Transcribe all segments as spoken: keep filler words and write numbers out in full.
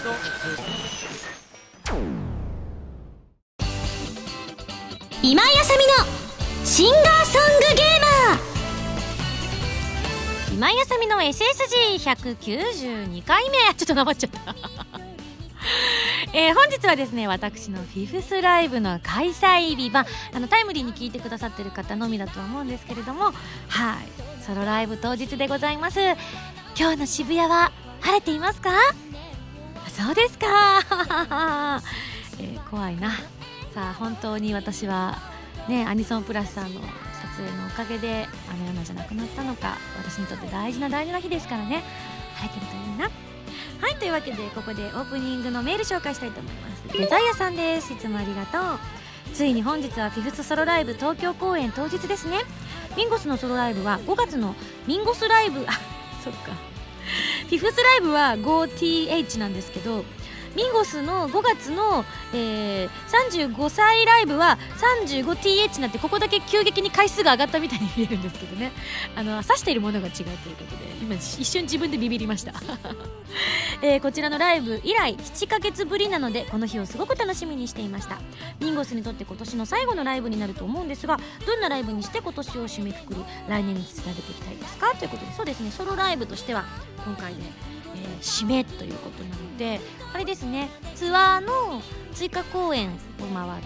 今井あさみのシンガーソングゲーマー。今井あさみの エスエスジーひゃくきゅうじゅうに 回目。ちょっとなまっちゃったえー、本日はですね、私のフィフスライブの開催日、まあ、あのタイムリーに聞いてくださってる方のみだとは思うんですけれども、はい、ソロライブ当日でございます。今日の渋谷は晴れていますか？そうですかえー、怖いな。さあ本当に私はね、アニソンプラスさんの撮影のおかげであの世のじゃなくなったのか、私にとって大事な大事な日ですからね、晴れてるといいな。はい、というわけでここでオープニングのメール紹介したいと思います。デザイアさんです。いつもありがとう。ついに本日はフィフスソロライブ東京公演当日ですね。ミンゴスのソロライブはごがつのミンゴスライブ、あ、そっか、フィフスライブは ごティーエイチ なんですけど、ミンゴスのごがつの、えー、さんじゅうごさいライブは さんじゅうごティーエイチ になって、ここだけ急激に回数が上がったみたいに見えるんですけどね、あの指しているものが違うということで、今一瞬自分でビビりましたえー、こちらのライブ以来ななかげつぶりなので、この日をすごく楽しみにしていました。ミンゴスにとって今年の最後のライブになると思うんですが、どんなライブにして今年を締めくくり来年につなげていきたいですかということで、そうですね、ソロライブとしては今回で、えー、締めということなので、あれですね、ツアーの追加公演を回って、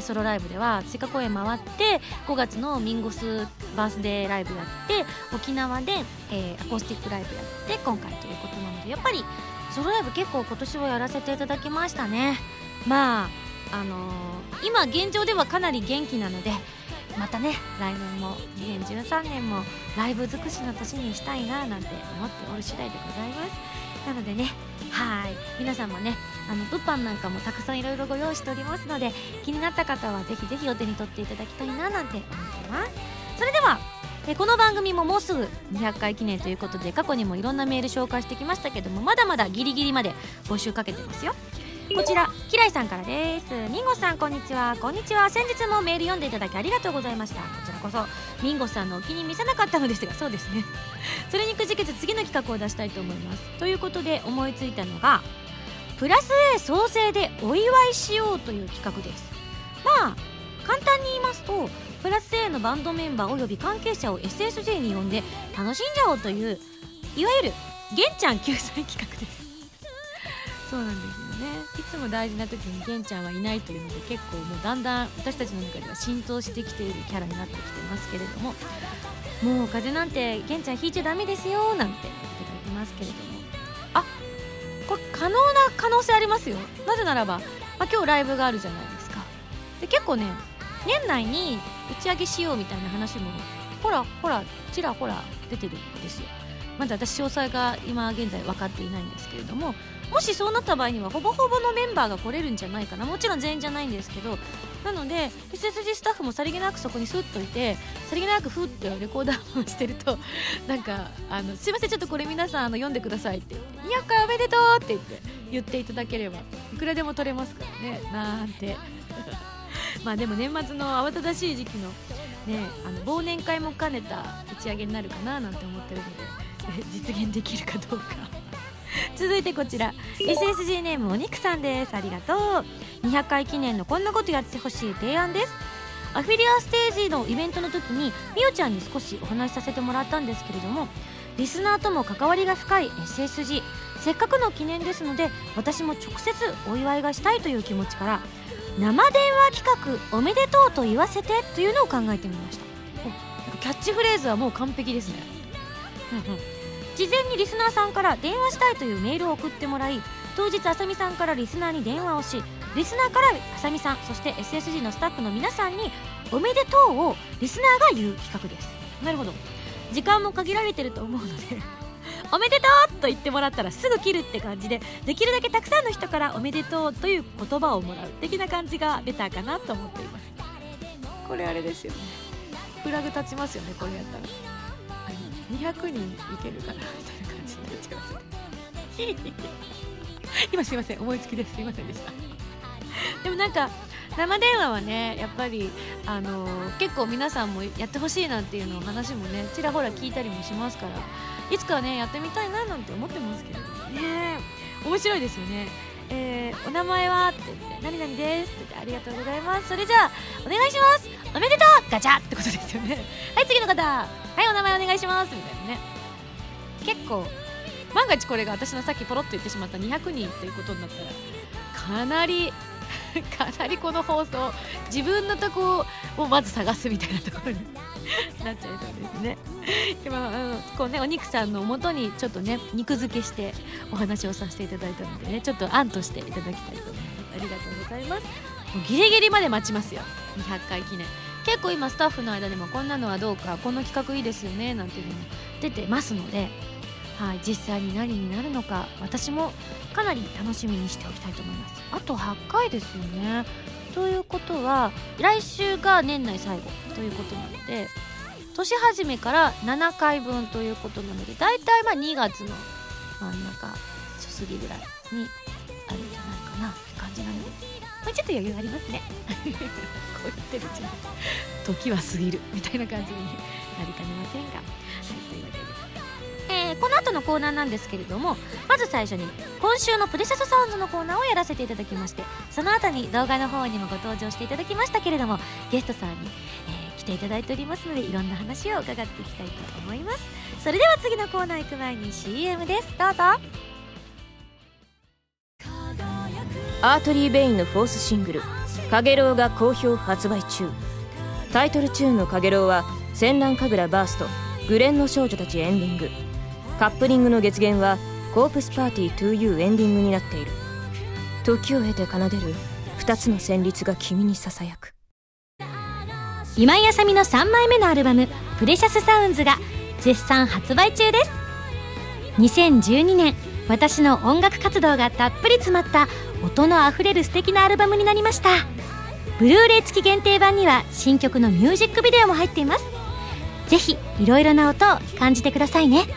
ソロライブでは追加公演回って、ごがつのミンゴスバースデーライブやって、沖縄で、えー、アコースティックライブやって、今回ということなので、やっぱりソロライブ結構今年はやらせていただきましたね。まああのー、今現状ではかなり元気なので、またね、来年もにせんじゅうさんねんもライブ尽くしの年にしたいななんて思っておる次第でございます。なのでね、はい、皆さんもね、あの物販なんかもたくさんいろいろご用意しておりますので、気になった方はぜひぜひお手に取っていただきたいななんて思ってます。それではえこの番組ももうすぐにひゃっかい記念ということで、過去にもいろんなメール紹介してきましたけども、まだまだギリギリまで募集かけてますよ。こちらキライさんからです。ミンゴさんこんにちは。こんにちは。先日もメール読んでいただきありがとうございました。こちらこそミンゴさんのお気に召さなかったのですが、そうですねそれにくじけず次の企画を出したいと思います。ということで思いついたのが、プラス A 総勢でお祝いしようという企画です。まあ簡単に言いますと、プラス A のバンドメンバーおよび関係者を エスエスジェー に呼んで楽しんじゃおうという、いわゆるゲンちゃん救済企画です。そうなんですよね。いつも大事な時にゲンちゃんはいないというので、結構もうだんだん私たちの中では浸透してきているキャラになってきてますけれども、もう風邪なんてゲンちゃん引いちゃダメですよなんて言っていただきますけれども、あ、これ可能な可能性ありますよ。なぜならば、まあ、今日ライブがあるじゃないですか。で結構ね、年内に打ち上げしようみたいな話もほらほらちらほら出てるんですよ。まだ私詳細が今現在分かっていないんですけれども、もしそうなった場合にはほぼほぼのメンバーが来れるんじゃないかな。もちろん全員じゃないんですけど、なので エスエスジー スタッフもさりげなくそこにスッといて、さりげなくフッてレコーダーをしてると、なんかあのすいませんちょっとこれ皆さんあの読んでくださいって言って、にひゃっかいおめでとうって言って言っていただければいくらでも取れますからね、なんてまあでも年末の慌ただしい時期のね、あの忘年会も兼ねた打ち上げになるかななんて思ってるので、実現できるかどうか続いてこちら エスエスジー ネームお肉さんです。ありがとう。にひゃっかい記念のこんなことやってほしい提案です。アフィリアステージのイベントの時にみおちゃんに少しお話しさせてもらったんですけれども、リスナーとも関わりが深い エスエスジー、 せっかくの記念ですので私も直接お祝いがしたいという気持ちから、生電話企画おめでとうと言わせてというのを考えてみました。キャッチフレーズはもう完璧ですね。事前にリスナーさんから電話したいというメールを送ってもらい、当日あさみさんからリスナーに電話をし、リスナーからあさみさん、そして エスエスジー のスタッフの皆さんにおめでとうをリスナーが言う企画です。なるほど。時間も限られてると思うのでおめでとうと言ってもらったらすぐ切るって感じで、できるだけたくさんの人からおめでとうという言葉をもらう的な感じがベターかなと思っています。これあれですよね、フラグ立ちますよね、これやったらにひゃくにんいけるかなみたいな感じになっちゃいます今すいません、思いつきです、すいませんでしたでもなんか生電話はね、やっぱり、あのー、結構皆さんもやってほしいなんていうのを話もねちらほら聞いたりもしますから、いつかはねやってみたいななんて思ってますけれどもね、面白いですよね。 えー、お名前はって言って何々ですって言ってありがとうございます、それじゃあお願いします、おめでとうガチャってことですよね。はい次の方、はいお名前お願いしますみたいなね。結構万が一これが私のさっきポロッと言ってしまったにひゃくにんということになったらかなりかなりこの放送自分のとこをまず探すみたいなところになっちゃいそうですね。今あのこうねお肉さんの元にちょっとね肉付けしてお話をさせていただいたのでね、ちょっと案としていただきたいと思います。ありがとうございます。もうギリギリまで待ちますよ、にひゃっかい記念。結構今スタッフの間でもこんなのはどうか、この企画いいですよねなんていうのも出てますので、はい、実際に何になるのか私もかなり楽しみにしておきたいと思います。あとはちかいですよね。ということは来週が年内最後ということなので、年始めからななかいぶんということなので、だいたいまあにがつの真ん中すぎぐらいにあるんじゃないかなって感じなので、まあ、ちょっと余裕ありますねこう言ってるうちに時は過ぎるみたいな感じになりかねませんが、はい、というわけでえー、この後のコーナーなんですけれども、まず最初に今週のプレシャスサウンズのコーナーをやらせていただきまして、その後に動画の方にもご登場していただきましたけれども、ゲストさんに、えー、来ていただいておりますのでいろんな話を伺っていきたいと思います。それでは次のコーナー行く前に シーエム です。どうぞ。 アートリー・ベインのフォースシングル「かげろう」が好評発売中。タイトルチューンの「かげろう」は戦乱神楽バーストグレンの少女たちエンディング、カップリングの月限はコープスパーティー トゥーユー エンディングになっている。時を経て奏でる二つの旋律が君にささやく。 今井あさみのさんまいめのアルバム「プレシャスサウンズ」が絶賛発売中です。にせんじゅうにねん私の音楽活動がたっぷり詰まった音のあふれる素敵なアルバムになりました。ブルーレイ付き限定版には新曲のミュージックビデオも入っています。ぜひいろいろな音を感じてくださいね。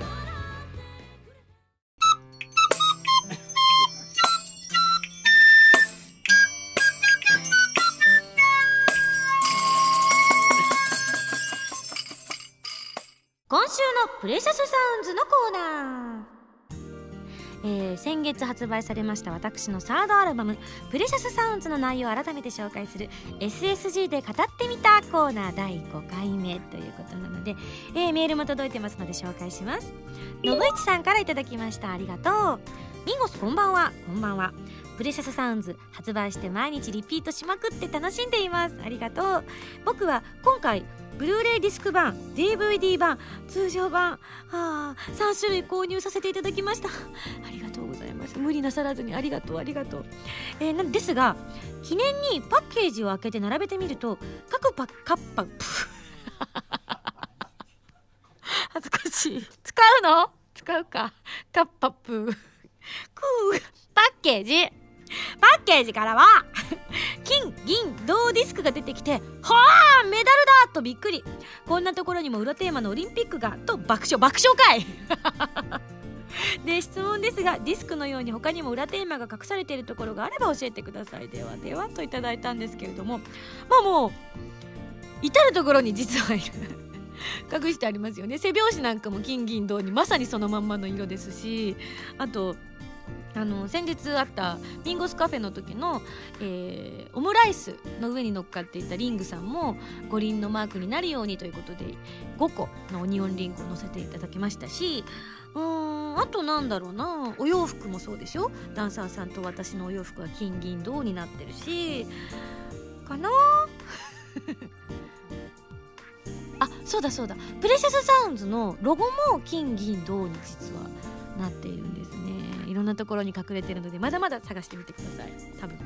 今週のプレシャスサウンズのコーナー、えー、先月発売されました私のサードアルバムプレシャスサウンズの内容を改めて紹介する エスエスジー で語ってみたコーナーだいごかいめということなので、えー、メールも届いてますので紹介します。のぶいちさんからいただきました。ありがとう。ミンゴスこんばんは。こんばんは。プレシャスサウンズ発売して毎日リピートしまくって楽しんでいます。ありがとう。僕は今回ブルーレイディスク版、 ディーブイディー 版、通常版、はあ、さんしゅるい購入させていただきました。ありがとうございます。無理なさらずにありがとうありがとう、えー、なんですが記念にパッケージを開けて並べてみると各パッカッパ恥ずかしい。使うの使うか。カッパップークーパッケージパッケージからは金銀銅ディスクが出てきて、はあメダルだとびっくり。こんなところにも裏テーマのオリンピックがと爆笑爆笑かいで質問ですが、ディスクのように他にも裏テーマが隠されているところがあれば教えてください。ではではといただいたんですけれども、まあもう至るところに実はいる隠してありますよね。背表紙なんかも金銀銅にまさにそのまんまの色ですし、あとあの先日あったミンゴスカフェの時の、えー、オムライスの上に乗っかっていたリングさんも五輪のマークになるようにということでごこのオニオンリングを乗せていただきましたし、うーんあとなんだろうな、お洋服もそうでしょ。ダンサーさんと私のお洋服は金銀銅になってるしかなあ、そうだそうだ、プレシャスサウンズのロゴも金銀銅に実はなっているんですね。いろんなところに隠れているのでまだまだ探してみてください。多分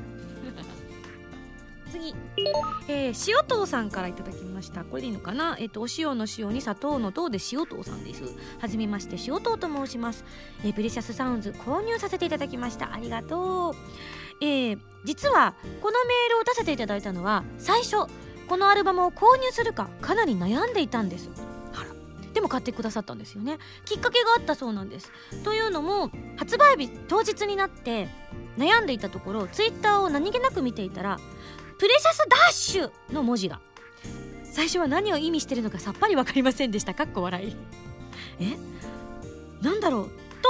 次、えー、塩糖さんからいただきました。これでいいのかな、えー、とお塩の塩に砂糖の糖で塩糖さんです。はじめまして塩糖と申します。えー、プレシャスサウンズ購入させていただきました。ありがとう。えー、実はこのメールを出せていただいたのは最初このアルバムを購入するかかなり悩んでいたんです。でも買ってくださったんですよね。きっかけがあったそうなんです。というのも発売日当日になって悩んでいたところツイッターを何気なく見ていたらプレシャスダッシュの文字が、最初は何を意味しているのかさっぱり分かりませんでした。かっこ笑いえなんだろうと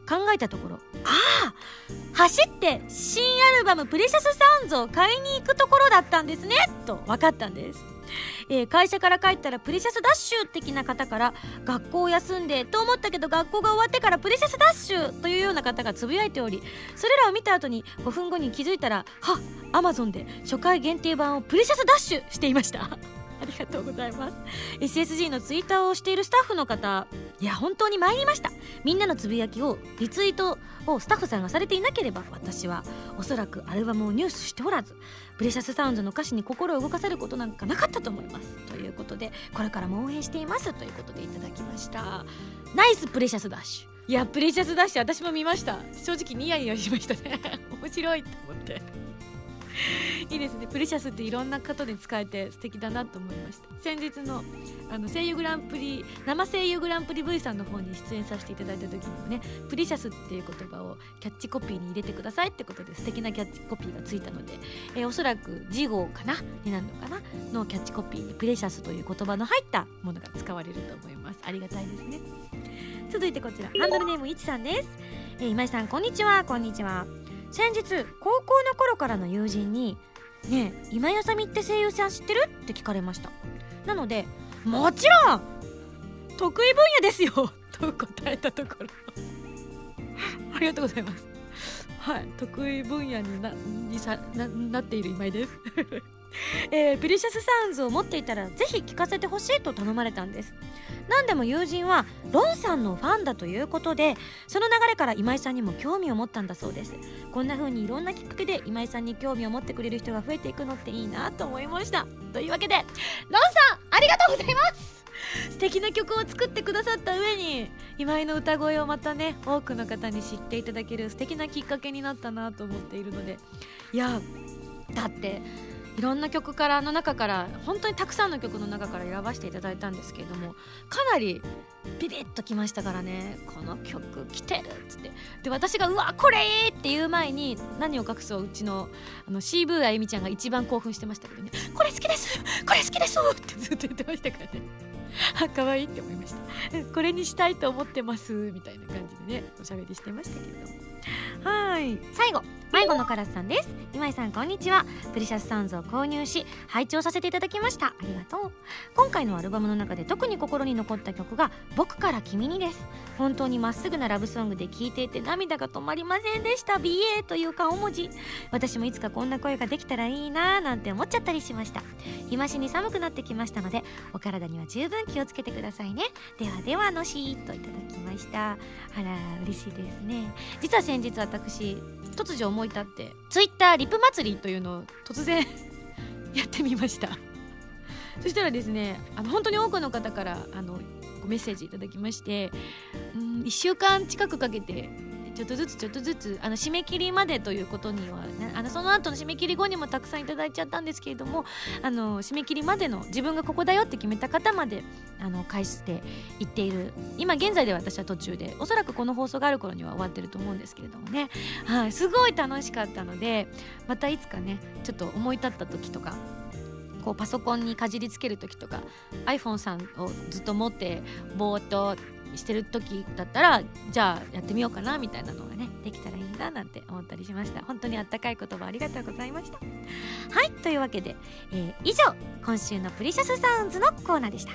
考えたところ、ああ走って新アルバムプレシャスサウンズを買いに行くところだったんですねと分かったんです。えー、会社から帰ったらプレシャスダッシュ的な方から、学校を休んでと思ったけど学校が終わってからプレシャスダッシュというような方がつぶやいており、それらを見た後にごふんごに気づいたら、はっ、アマゾンで初回限定版をプレシャスダッシュしていましたありがとうございます。 エスエスジー のツイッターをしているスタッフの方、いや本当に参りました。みんなのつぶやきをリツイートをスタッフさんがされていなければ、私はおそらくアルバムを入手しておらず、プレシャスサウンズの歌詞に心を動かせることなんかなかったと思います。ということで、これからも応援していますということでいただきました。ナイスプレシャスダッシュ。いやプレシャスダッシュ私も見ました。正直ニヤニヤしましたね面白いと思っていいですね。プレシャスっていろんなことで使えて素敵だなと思いました。先日のあの声優グランプリ生声優グランプリ V さんの方に出演させていただいた時にもね、プレシャスっていう言葉をキャッチコピーに入れてくださいってことで素敵なキャッチコピーがついたので、えー、おそらく次号かなになるのかなのキャッチコピーにプレシャスという言葉の入ったものが使われると思います。ありがたいですね。続いてこちらハンドルネームいちさんです。えー、今井さんこんにちは。こんにちは。先日高校の頃からの友人にねえ今井あさみって声優さん知ってるって聞かれました。なのでもちろん得意分野ですよと答えたところありがとうございます。はい、得意分野に な, にさ な, なっている今井ですえー、プレシャスサウンズを持っていたらぜひ聞かせてほしいと頼まれたんです。何でも友人はロンさんのファンだということで、その流れから今井さんにも興味を持ったんだそうです。こんな風にいろんなきっかけで今井さんに興味を持ってくれる人が増えていくのっていいなと思いました。というわけでロンさんありがとうございます。素敵な曲を作ってくださった上に今井の歌声をまたね多くの方に知っていただける素敵なきっかけになったなと思っているので、いやだっていろんな曲からの中から本当にたくさんの曲の中から選ばせていただいたんですけれども、かなりビビッときましたからね。この曲来てるっつって、で私がうわこれいいって言う前に何を隠そううちのあの シーブイ あゆみちゃんが一番興奮してましたけどね、これ好きですこれ好きですってずっと言ってましたからねあ可愛いって思いました。これにしたいと思ってますみたいな感じでねおしゃべりしてましたけれども、はい最後迷子のカラスさんです。今井さんこんにちは。プレシャスサウンズを購入し拝聴させていただきました。ありがとう。今回のアルバムの中で特に心に残った曲が僕から君にです。本当にまっすぐなラブソングで聴いていて涙が止まりませんでした。 ビーエー という顔文字。私もいつかこんな声ができたらいいななんて思っちゃったりしました。日増しに寒くなってきましたのでお体には十分気をつけてくださいね。ではではのしーといただきました。あら嬉しいですね。実は先日私突如思い立ってツイッターリプ祭りというのを突然やってみました。そしたらですねあの本当に多くの方からあのごメッセージいただきまして、うんいっしゅうかん近くかけてちょっとずつちょっとずつあの締め切りまでということにはあのその後の締め切り後にもたくさんいただいちゃったんですけれども、あの締め切りまでの自分がここだよって決めた方まであの返していっている。今現在では私は途中でおそらくこの放送がある頃には終わってると思うんですけれどもね、はい、すごい楽しかったのでまたいつかねちょっと思い立った時とかこうパソコンにかじりつける時とか iPhone さんをずっと持ってぼーっとしてる時だったらじゃあやってみようかなみたいなのがねできたらいいななんて思ったりしました。本当にあったかい言葉ありがとうございました。はいというわけで、えー、以上今週のプレシャスサウンズのコーナーでした。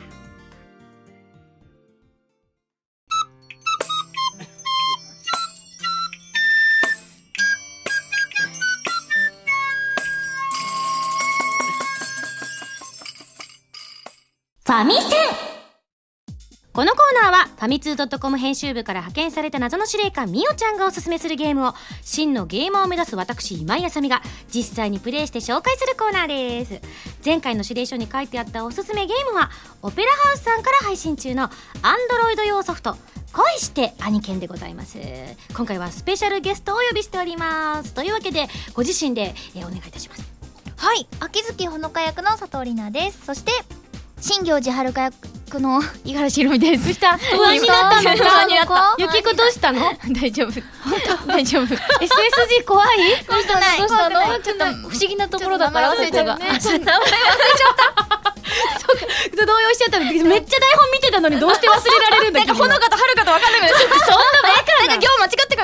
ファミセン。このコーナーはファミツー .com 編集部から派遣された謎の司令官みおちゃんがおすすめするゲームを真のゲーマーを目指す私今井あさみが実際にプレイして紹介するコーナーです。前回の指令書に書いてあったおすすめゲームはオペラハウスさんから配信中のアンドロイド用ソフト恋して兄犬でございます。今回はスペシャルゲストをお呼びしております。というわけでご自身で、えー、お願いいたします。 はい、秋月ほのか役の佐藤里奈です。そして新行寺遥役の五十嵐ひろみです。 した不安になったのかゆきこどうしたの大丈夫大丈夫 エスエスジー 怖いどうしたのどうしたのちょっと不思議なところだから忘れちゃうね。名前忘れちゃったそうか動揺しちゃったの。めっちゃ台本見てたのにどうして忘れられるんだっけ。 なんかほのかとはるかと分かんなくなっちゃってそんなバカななんか行間違って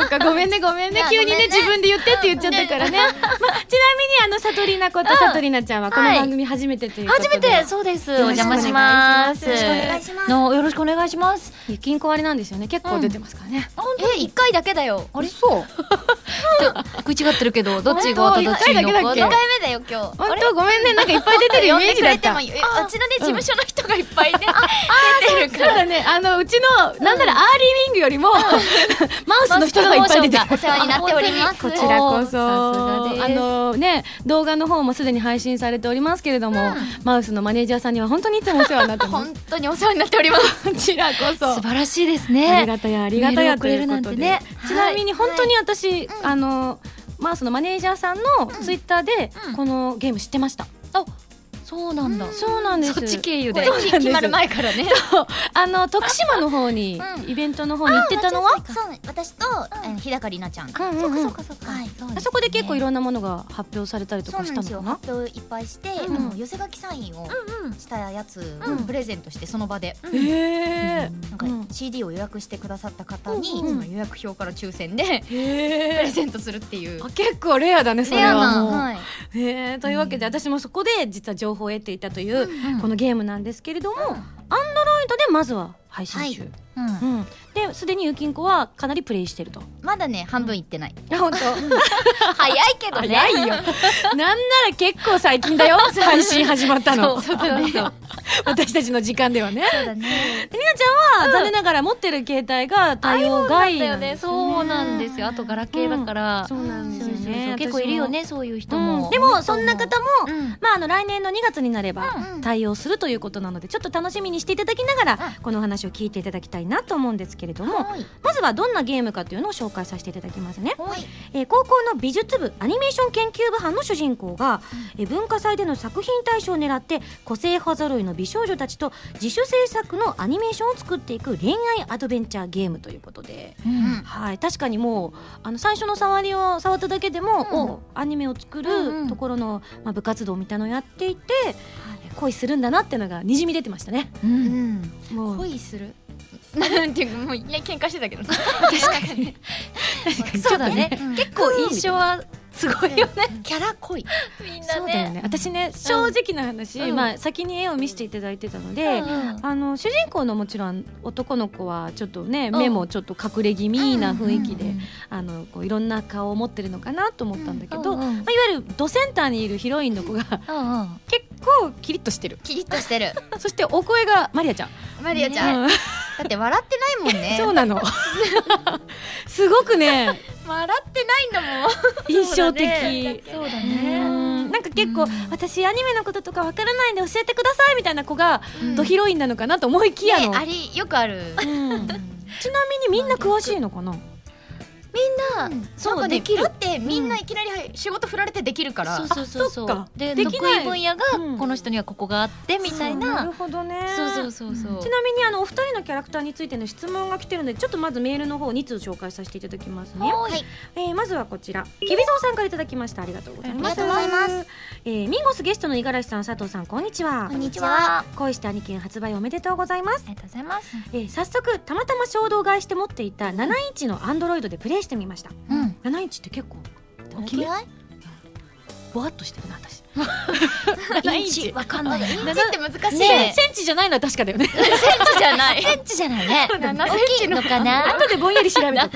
かごめんねごめんね急にね自分で言ってって言っちゃったからね、まあ、ちなみにあのさとりなことさとりなちゃんはこの番組初めてということで、 初めてそうです。お邪魔します。よろしくお願いします。のよろしくお願いします。 ゆきんこあれなんですよね、結構出てますからね。 え、一回だけだよ。あれそう食い違ってるけどどっちが正しいのか。二回目だよ今日。 本当ごめんね、なんかいっぱい出てるイメージだった。 あちらで事務所の人がいっぱいね出てるから。 そうだね、あのうちのなんならアーリーウィングよりもマウスの人がいっぱい出てる。 お世話になっております。 こちらこそあのね動画の方もすでに配信されておりますけれども、マウスのマネージャーさんには本当にいつもお世話になってます。 本当にお世話になっております。 こちらこそ素晴らしいですね。 ありがたやありがたやということで、ちなみに本当に私あのマウスのマネージャーさんのツイッターでこのゲーム知ってました。 あ、そうなんだ。 そうなんです。 そっち経由で決まる前からね。 あの徳島の方にイベントの方に行ってたのは、 そう私と日高里奈ちゃん。そうかそうかそうか。 あそこで結構いろんなものが発表されたりとかしたのかな。 発表いっぱいして寄せ書きサインをしたやつプレゼントしてその場で。へえ。なんか シーディー を予約してくださった方にその予約表から抽選でプレゼントするっていう。 結構レアだねそれは。 レアな。はい。 へえ。というわけで私もそこで実は情報を得ていたというこのゲームなんですけれども、Android でまずは配信中。ですでにゆきんこはかなりプレイしてると。 まだね半分いってない。 本当早いけどね。 早いよ。なんなら結構最近だよ配信始まったの。 そうだね。 私たちの時間ではね。 そうだね。 りなちゃんは残念ながら持ってる携帯が対応外だよね。そうなんですよ。あとガラケーだから。 そうなんですよね。 結構いるよねそういう人も。 でもそんな方もまああの来年のにがつになれば対応するということなので、ちょっと楽しみにしていただきながらこのお話を聞いていただきたいなと思うんですけれども、まずはどんなゲームかというのを紹介させていただきますね。えー、高校の美術部アニメーション研究部班の主人公が、えー、文化祭での作品大賞を狙って個性派揃いの美少女たちと自主制作のアニメーションを作っていく恋愛アドベンチャーゲームということで、うん、はい、確かにもうあの最初の触りを触っただけでも、うん、おアニメを作るところの、まあ、部活動みたいなのをやっていて、うん、恋するんだなっていうのがにじみ出てましたね。うん、もう恋するなんていうかもういや喧嘩してたけど確かにそうだね、うん、結構印象はすごいよね。キャラ濃いみんなね。そうだよね。私ね正直な話、うん、まあ先に絵を見せていただいてたので、うん、あの主人公のもちろん男の子はちょっとね、うん、目もちょっと隠れ気味な雰囲気で、うん、あのこういろんな顔を持ってるのかなと思ったんだけど、うんうん、まあ、いわゆるドセンターにいるヒロインの子が、うんうん、結構キリッとしてる。キリッとしてる。そしてお声がマリアちゃん。マリアちゃん、ね、だって笑ってないもんね。そうなのすごくね笑ってないんだもん印象的。そうだね。なんか結構、うん、私アニメのこととかわからないんで教えてくださいみたいな子が、うん、ドヒロインなのかなと思いきやの、ね、ありよくある、うん、ちなみにみんな詳しいのかな。みんな、うん、そうできる。だってみんないきなり仕事振られてできるから、うん、そうそうそうそうで得意分野がこの人にはここがあってみたいな、うん、なるほどね。そうそうそうそう、うん、ちなみにあのお二人のキャラクターについての質問が来てるのでちょっとまずメールの方に通紹介させていただきますね。はい、えー、まずはこちらきびぞうさんからいただきました。ありがとうございます。ありがとうございます。えー、ミンゴスゲストの五十嵐さん佐藤さんこんにちは。こんにちは。恋して兄貴発売おめでとうございます。ありがとうございます。えー、早速たまたま衝動買いして持っていたななインチのアンドロイドでプレイしてみました。うん、ななインチって結構大きい。ぼわっとしてるな私ななインチわかんない。インチって難しいね。センチじゃないのは確かだよね。センチじゃないセンチじゃないね。ななセンチのかな。後でぼんやり調べて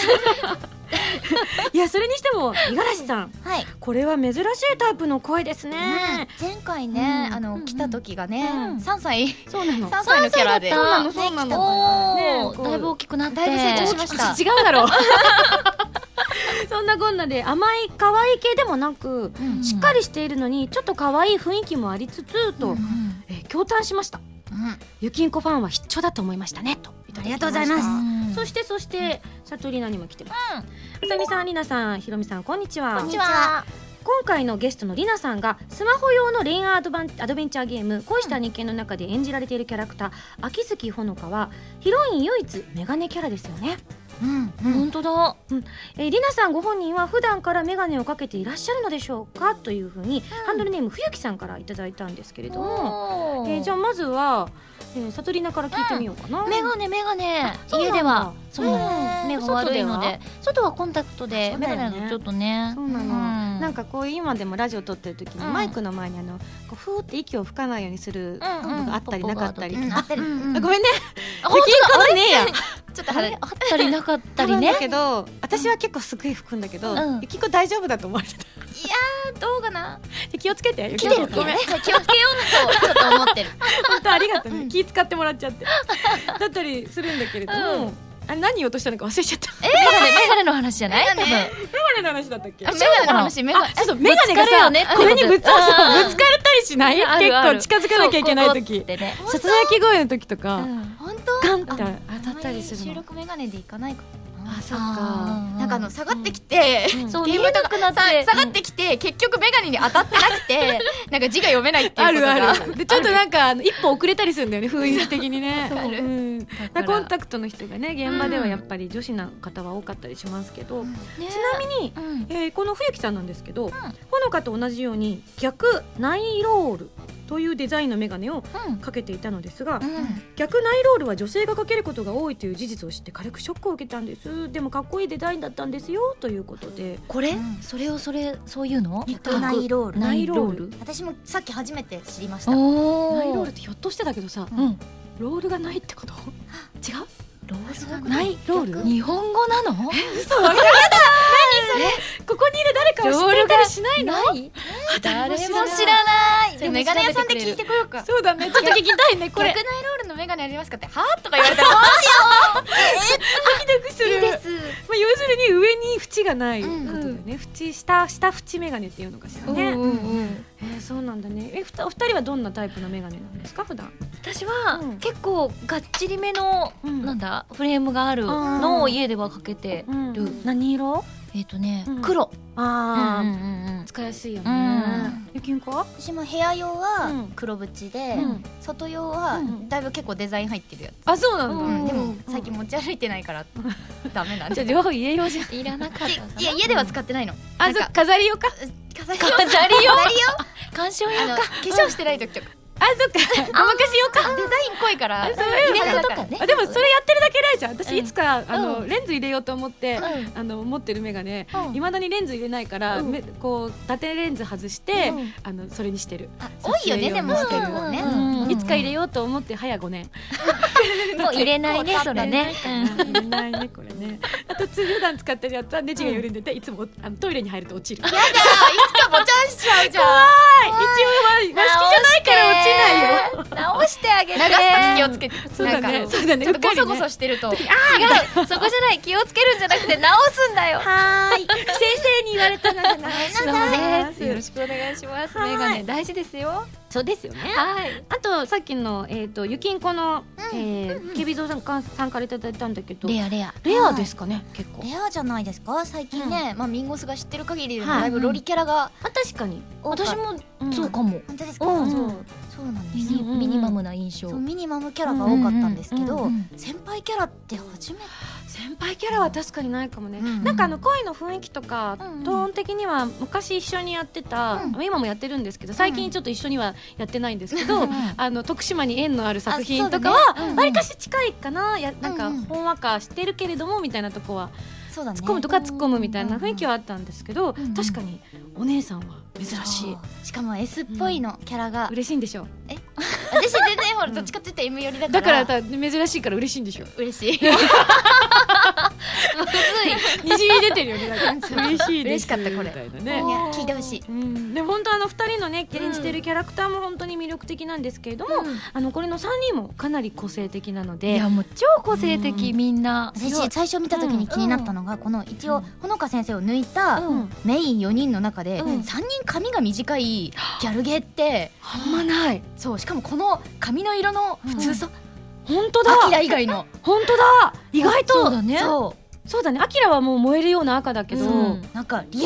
いやそれにしても五十嵐さん、はい、これは珍しいタイプの声ですね。うん、前回ね、うん、あの、うん、来た時がね、うん、さんさいそうなのさんさいのキャラでそうなのそうなの、ね、だいぶ大きくなってだいぶ成長しました。違うだろうそんなこんなで甘い可愛い系でもなく、うんうん、しっかりしているのにちょっと可愛い雰囲気もありつつと、うんうん、えー、驚嘆しました。うん、ゆきんこファンは必聴だと思いましたねと。ありがとうございます。うん、そしてそしてさとりなにも来てます。あさみさん、りなさん、ひろみさん、こんにちは。こんにちは。今回のゲストのりなさんがスマホ用の恋愛アドバンアドベンチャーゲーム恋した日記の中で演じられているキャラクター秋月ほのかはヒロイン唯一メガネキャラですよね。うんうん、本当だ、うん、えー、りなさんご本人は普段からメガネをかけていらっしゃるのでしょうかというふうに、うん、ハンドルネームふゆきさんからいただいたんですけれども、えー、じゃあまずはえー、サトリナから聞いてみようかな。 メガネメガネそうなんだ家ではそうなの、目が悪いので外外はコンタクトで、メそうだよねガネだとちょっとね。 そうなの、 うんなんかこう今でもラジオ撮ってる時にうんマイクの前にあのこうふーって息を吹かないようにするのがあったりなかったりとか、 うんあったり、 うんうんあごめんね、 あ本できんことねえやちょっとあれあったりなかったりね多分だけど私は結構すごい吹くんだけど、 うんゆきこ大丈夫だと思われてた。 どうかな、 で気をつけて。 来てるごめん、 気をつけようとちょっと思ってる。 本当ありがとうね、 うん気使ってもらっちゃってだったりするんだけれども、 うんあれ何言おうとしたのか忘れちゃった。 メガネメガネの話じゃない？多分。 メガネの話だったっけ？ あメガネの話、メガネ。 あそうそう、メガネがぶつかるよさ、 ねってことこれにぶつそうそうぶつかれたりしない？ あるある結構近づかなきゃいけない時、ささやき声の時とか、 本当？ ガンって当たったりするの。 収録メガネでいかないかな。 あ、そっか。 なんかあの下がってきて、 うんそうゲームとかさ下がってきて結局メガネに当たってなくてなんか字が読めないっていうあることがある。でちょっとなんかあの一歩遅れたりするんだよね、雰囲気的にね。 そううん。だだからコンタクトの人がね、現場ではやっぱり女子の方は多かったりしますけど、 ねちなみに、 うんえーこの冬木さんなんですけど、ほのかと同じように逆ナイロールというデザインのメガネをかけていたのですが、 うん逆ナイロールは女性がかけることが多いという事実を知って軽くショックを受けたんです。でもかっこいいデザインだったんですよということで、 これうんそれをそれそういうの逆ナイロールナイロール私もさっき初めて知りました。 おナイロールっルてひょっとしてだけどさ、 うんロールがないってこと？違う？ ロールナイロール？ 日本語なの？ 嘘？やだ。何それ？ここにいる誰かは知ってたりしないの？ ない誰も知らない。 じゃあメガネ屋さんで聞いてこようか。 そうだね。ちょっと聞きたいねこれ。 逆ナイロールのメガネありますかってはぁとか言われたらドキドキする。 いいです。 まあ要するに上に縁がないこうんとだよね。縁下下縁メガネっていうのかしらね。 うんうんえーそうなんだね。えふたお二人はどんなタイプのメガネなんですか普段？ 私はうん結構がっちりめのうんなんだフレームがあるのを家ではかけてる。 何色？ えっとねうん黒。 ああ、 うんうんうん使いやすいようねん。 ゆきんこは？ 私も部屋用うんは黒縁で、 うん外用はうんだいぶ結構デザイン入ってるやつ。 あ、そうなんだ。 うんでもうん最近持ち歩いてないからダメなんで。 じゃあ両方家用じゃん。 いらなかったかな。 いや家では使ってないの。 あ、そなんかっ飾り用か。 飾り飾り用飾り用鑑賞用あの化か。 粧してない時とかあ、そっか。ごまかし用か。 デザイン濃いからあそういうのイベントとかね。 あでもそれやってるだけ偉いじゃん。私うんいつかあのうレンズ入れようと思ってうんあの持ってるメガネうんいまだにレンズ入れないからうんめこう縦レンズ外してうんあのそれにしてる。 あ多いよねでも撮影用結構ね。 うんうんいつか入れようと思って早ごねん。 もう入れないねそれね。 入れないねこれね。あと普段使ってるやつはネジが緩んでていつもあのトイレに入ると落ちる。 やだいつかぼちゃんしちゃうじゃん。 はい、一応は和式じゃないから落ちないよ。 直してあげて。 流すと気をつけて。 そうだねなんかそうだねちょっとゴソゴうっかりねソしてると。 違うそこじゃない気をつけるんじゃなくて直すんだよ。 はーい。先生に言われたのでなそうです。よろしくお願いします。 はいメガネ大事ですよ。 そうですよね。 はい。 あとさっきのえっとゆきんこのえーケビゾウさんかさんからいただいたんだけど、 レアレア。 レアですかね結構。 レアじゃないですか最近ね、まあミンゴスが知ってる限りでもはいだいぶロリキャラがあ確かに。 多かった。 私もうんそうかも。 本当ですか、 うんそうそうなんですよ、 ミニミニマムな印象。 そうミニマムキャラが多かったんですけど、 うんうんうん先輩キャラって初めて先輩キャラは確かにないかもね。 うんなんかあの声の雰囲気とかうんうんトーン的には昔一緒にやってた、 うん今もやってるんですけど最近ちょっと一緒にはやってないんですけど、 うんあの徳島に縁のある作品あそうとだねかはわりかし近いかな。やなんかうんうんほんわかしてるけれどもみたいなとこはそうだね突っ込むとか突っ込むみたいな雰囲気ははあったんですけど、 うんうん確かにお姉さんは珍しい。 しかも S っぽいの、キャラが嬉しいんでしょう。 私全然ほらどっちかって言ったら M 寄りだかだらから珍しいから嬉しいんでしょう。 嬉しいにじみ出てるよね。なんか嬉しいです嬉しかったこれみたいなね。 いや聞いてほしいうん、でも本当あのふたりのね演じてるキャラクターも本当に魅力的なんですけれども、 うんあのこれのさんにんもかなり個性的なのいで、 やもう超個性的みんな。 私最初見た時に気になったのが、この一応ほのか先生を抜いたうんメインよにんの中で、 うんさんにん髪が短いギャルゲーってあんまない。 そうしかもこの髪の色の普通さ、 本当だ。 アキラ以外の本当だ。意外とそうだね。 そそうだね。アキラはもう燃えるような赤だけど、 う、 うんなんかリアル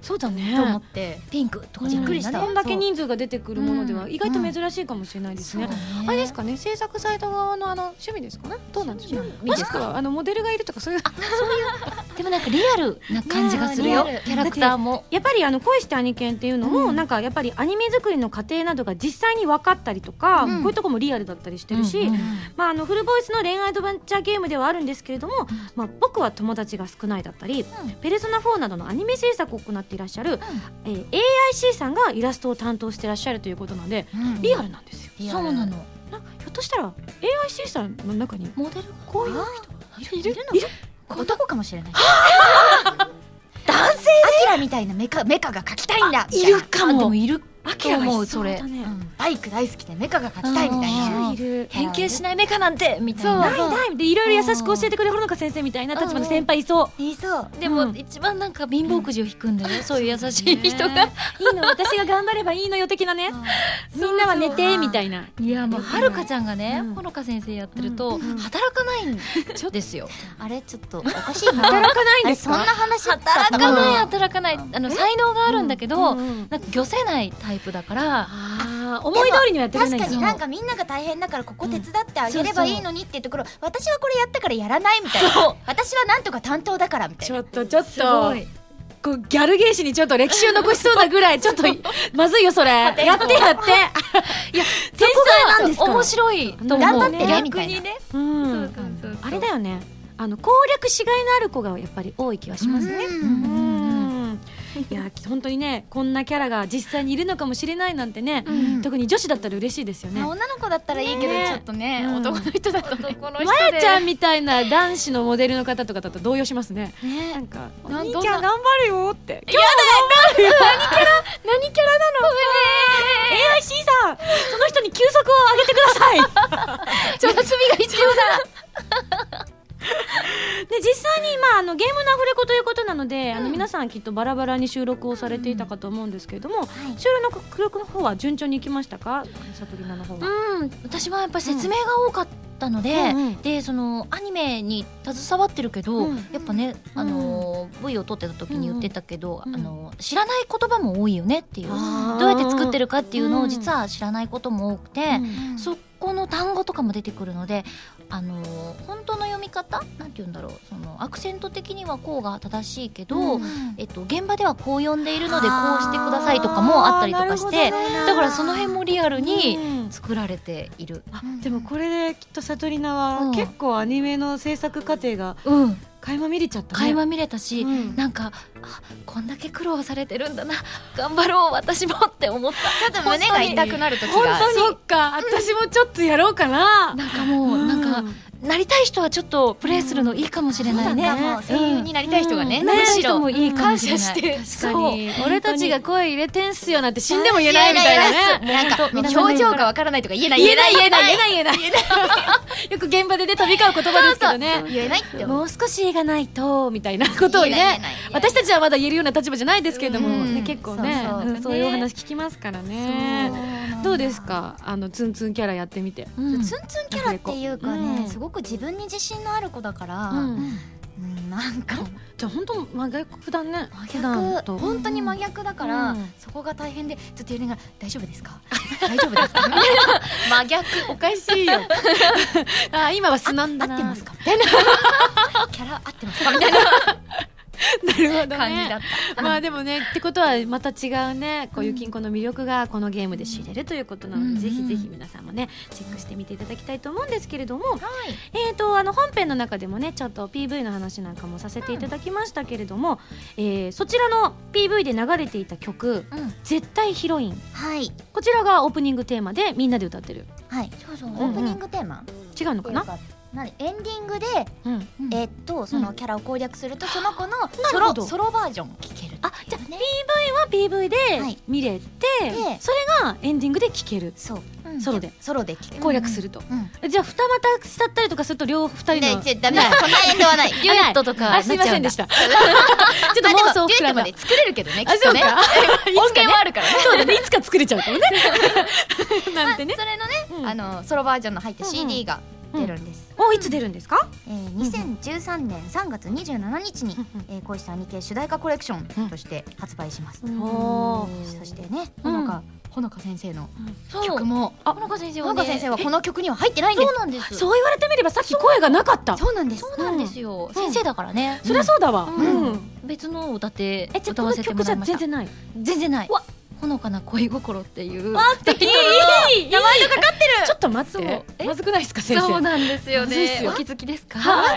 そうだねと思ってピンクとかびっくりした、 こんだけ人数が出てくるものでは意外と珍しいかもしれないですね。あれですかね、制作サイト側のあの趣味ですかね、どうなんでしょう、もしくはあのモデルがいるとかそういう、 でもなんかリアルな感じがするよ、キャラクターも。 やっぱりあの恋してアニケンっていうのもなんかやっぱりアニメ作りの過程などが実際に分かったりとか、こういうとこもリアルだったりしてるし、まああのフルボイスの恋愛アドベンチャーゲームではあるんですけれども、まあ僕は友達が少ないだったり、ペルソナフォーなどのアニメ制作を行っていらっしゃるえー、エーアイシー さんがイラストを担当してらっしゃるということなんで、うん、リアルなんですよ。 そうなの。 なひょっとしたら エーアイシー さんの中にモデルこういう人いるいるいる男かもしれない。男性でアキラみたいなメカメカが描きたいんだ。 いるかも。 でもいるアキラ思うそれ。バイク大好きでメカが描きたいみたいな。 いる変形しないメカなんてみたいな。 ないないでいろいろ優しく教えてくれるのか先生みたいな立場の先輩いそう。 いそう。でも一番なんか貧乏くじを引くんだよ。そういう優しい人が。いいの私が頑張ればいいのよ的なね。みんなは寝てみたいな。 いやもうはるかちゃんがね、ほのか先生やってると働かないんですよ。あれちょっとおかしいな。 働かないんですか。 そんな話働かない働かない。あの才能があるんだけど、なんか漁せないタイプだから。 あ思い通りにはやってくれないんですよ。 確かになんかみんなが大変だからここ手伝ってあげればいいのにっていうところ、私はこれやったからやらないみたいな、私はなんとか担当だからみたいな。 ちょっとちょっとこうギャル芸師にちょっと歴史を残しそうなぐらいちょっとまずいよそれ。やってやって。いや天才なんですか。 面白いと思う。頑張ってねみたいな。 あれだよね、あの攻略しがいのある子がやっぱり多い気がしますね。いや本当にね、こんなキャラが実際にいるのかもしれないなんてね、うん、特に女子だったら嬉しいですよね。 女の子だったらいいけど、ね、ちょっとね、うん、男の人だとね、まやちゃんみたいな男子のモデルの方とかだと動揺しますね。ね、なんかお兄ちゃん頑張るよって。 やだ何キャラ何キャラなの。 エーアイシー さん、その人に休息をあげてください。 ちょっと休みが必要だ。 で実際に、まあ、あのゲームのアフレコということなので、うん、あの皆さんきっとバラバラに収録をされていたかと思うんですけれども、うんはい、収録の方は順調にいきましたか、さとりなの方は。 うん、私はやっぱり説明が多かったので、うん、でそのアニメに携わってるけど、うん、やっぱね、あのー、V を撮ってた時に言ってたけど、うん、あのー、知らない言葉も多いよねっていう、どうやって作ってるかっていうのを実は知らないことも多くて、うん、そこの単語とかも出てくるので、あのー、本当の読み方なんて言うんだろう、そのアクセント的にはこうが正しいけど、うん、えっと、現場ではこう読んでいるのでこうしてくださいとかもあったりとかして、だからその辺もリアルに作られている。 うん、でもこれできっとさとりなは結構アニメの制作過程が、 うん、 垣間見れちゃったね。 垣間見れたし、うん、なんかあこんだけ苦労されてるんだな、頑張ろう私もって思った。ちょっと胸が痛くなる時が。 本当にそっか、私もちょっとやろうかな。 なんかもう、うん、なんかなりたい人はちょっとプレイするのいいかもしれないね。うん、声優になりたい人がね、うん、むしろもいいかもしれない。感謝して、 確かに俺たちが声入れてんすよなんて死んでも言えないみたいなね。 なんか表情がわからないとか言えない言えない言えない言えない言えない言えないよく現場でね飛び交う言葉ですけどね。 言えないってもう少し絵がないとみたいなことをね、私たちはまだ言えるような立場じゃないですけれども、ね、結構ねそういうお話聞きますからね。どうですか、あのツンツンキャラやってみて。 ツンツンキャラっていうかね、すごく自分に自信のある子だから、うん、なんかじゃあ本当真逆だね。 真逆、本当に真逆だから、うん、そこが大変でずっとやりながら大丈夫ですか大丈夫ですかみたいな真逆おかしいよあ今は素なんだな、 合ってますかみたいなキャラ合ってますかみたいななるほどね、 感じだった。 まあでもねってことはまた違うね、こういう金庫の魅力がこのゲームで知れるということなので、うん、ぜひぜひ皆さんもねチェックしてみていただきたいと思うんですけれども、はい、えーとあの本編の中でもねちょっと ピーブイ の話なんかもさせていただきましたけれども、うん、えー、そちらの ピーブイ で流れていた曲、うん、絶対ヒロイン、 はい、 こちらがオープニングテーマでみんなで歌ってる。 はい、そうそう、うんうん、オープニングテーマ違うのかな。 何エンディングで、うん、えー、っとそのキャラを攻略すると、うん、その子のソロソロバージョン聴ける、ね、あじゃあ ピーブイ は ピーブイ で見れて、はい、それがエンディングで聴ける。そう、うん、ソロでソロで聴ける、 攻略すると、うん、じゃあ二股しちゃったりとかすると両二人のね、ダメだそんなエンドはないデュエットとかあすいませんでしたちょっと妄想デュエットまで作れるけどねきっとね音源はあるからねそうだねいつか作れちゃうかもねなんてね、 それのね、あのソロバージョンの入った シーディー が出るんです。 お、いつ出るんですか？ えー、にせんじゅうさんねんさんがつにじゅうしちにちに、えー、恋した兄貴主題歌コレクションとして発売します。 おー、そしてね、ほのかほのか先生のそう曲も、 ほのか先生はね、 ほのか先生はこの曲には入ってないんです。 そうなんです。 そう言われてみればさっき声がなかった。 そうなんです。 そうなんですよ。先生だからね。 そりゃそうだわ。 うん別のを歌ってえ、じゃあ歌わせてもらいました。 全然ない。 全然ない。 わほのかな恋心っていうあ、素敵。いい名前がかかってる。ちょっと待って。まずくないですか先生？ そうなんですよまずいっすね。 よお気づきですか？ はい。